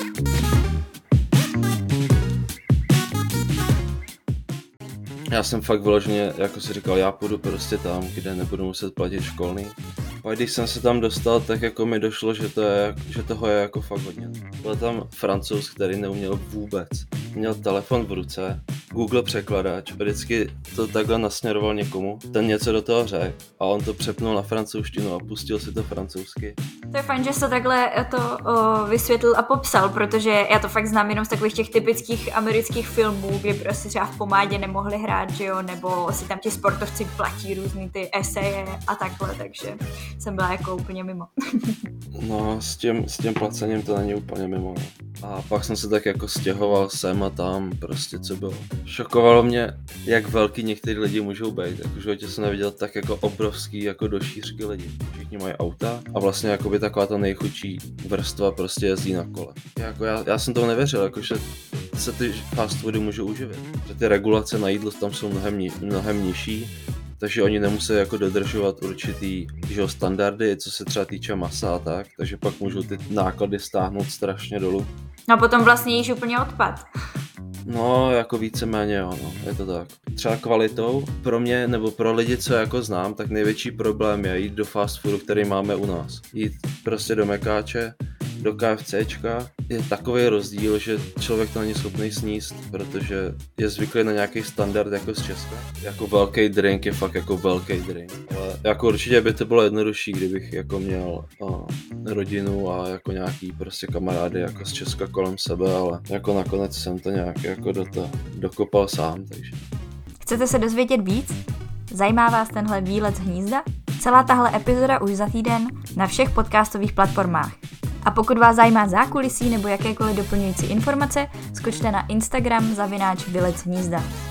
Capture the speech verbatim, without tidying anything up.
Já jsem fakt vyloženě, jako si říkal, já půjdu prostě tam, kde nebudu muset platit školný. A když jsem se tam dostal, tak jako mi došlo, že, to je, že toho je jako fakt hodně. Byl tam Francouz, který neuměl vůbec. Měl telefon v ruce, Google překladač, vždycky to takhle nasměroval někomu, ten něco do toho řekl a on to přepnul na francouzštinu a pustil si to francouzsky. To je fajn, že jsi to takhle to o, vysvětlil a popsal, protože já to fakt znám jenom z takových těch typických amerických filmů, kdy prostě třeba v pomádě nemohli hrát, že jo, nebo si tam ti sportovci platí různý ty eseje a takhle, takže jsem byla jako úplně mimo. No, s tím, s tím placením to není úplně mimo. A pak jsem se tak jako stěhoval sem a tam, prostě co bylo. Šokovalo mě, jak velký některý lidi můžou být. Jako v životě jsem neviděl tak jako obrovský, jako do šířky lidi. Všichni mají auta a vlastně jakoby taková ta nejchudší vrstva prostě jezdí na kole. Jako já, já jsem tomu nevěřil, jako že se ty fast foody můžou uživit. Že ty regulace na jídlo tam jsou mnohem, mnohem nižší. Takže oni nemusí jako dodržovat určitý že, standardy, co se třeba týče masa a tak, takže pak můžou ty náklady stáhnout strašně dolů. No a potom vlastně jíš úplně odpad. No, jako víceméně jo, no, je to tak. Třeba kvalitou, pro mě nebo pro lidi, co jako znám, tak největší problém je jít do fast foodu, který máme u nás. Jít prostě do Mekáče, do KFCčka, je takový rozdíl, že člověk to není schopný sníst, protože je zvyklý na nějaký standard jako z Česka. Jako velký drink je fakt jako velký drink. Ale jako určitě by to bylo jednodušší, kdybych jako měl a, rodinu a jako nějaký prostě kamarády jako z Česka kolem sebe, ale jako nakonec jsem to nějak jako do to dokopal sám, takže. Chcete se dozvědět víc? Zajímá vás tenhle výlet z hnízda? Celá tahle epizoda už za týden na všech podcastových platformách. A pokud vás zajímá zákulisí nebo jakékoliv doplňující informace, skočte na Instagram zavináč Vylec hnízda.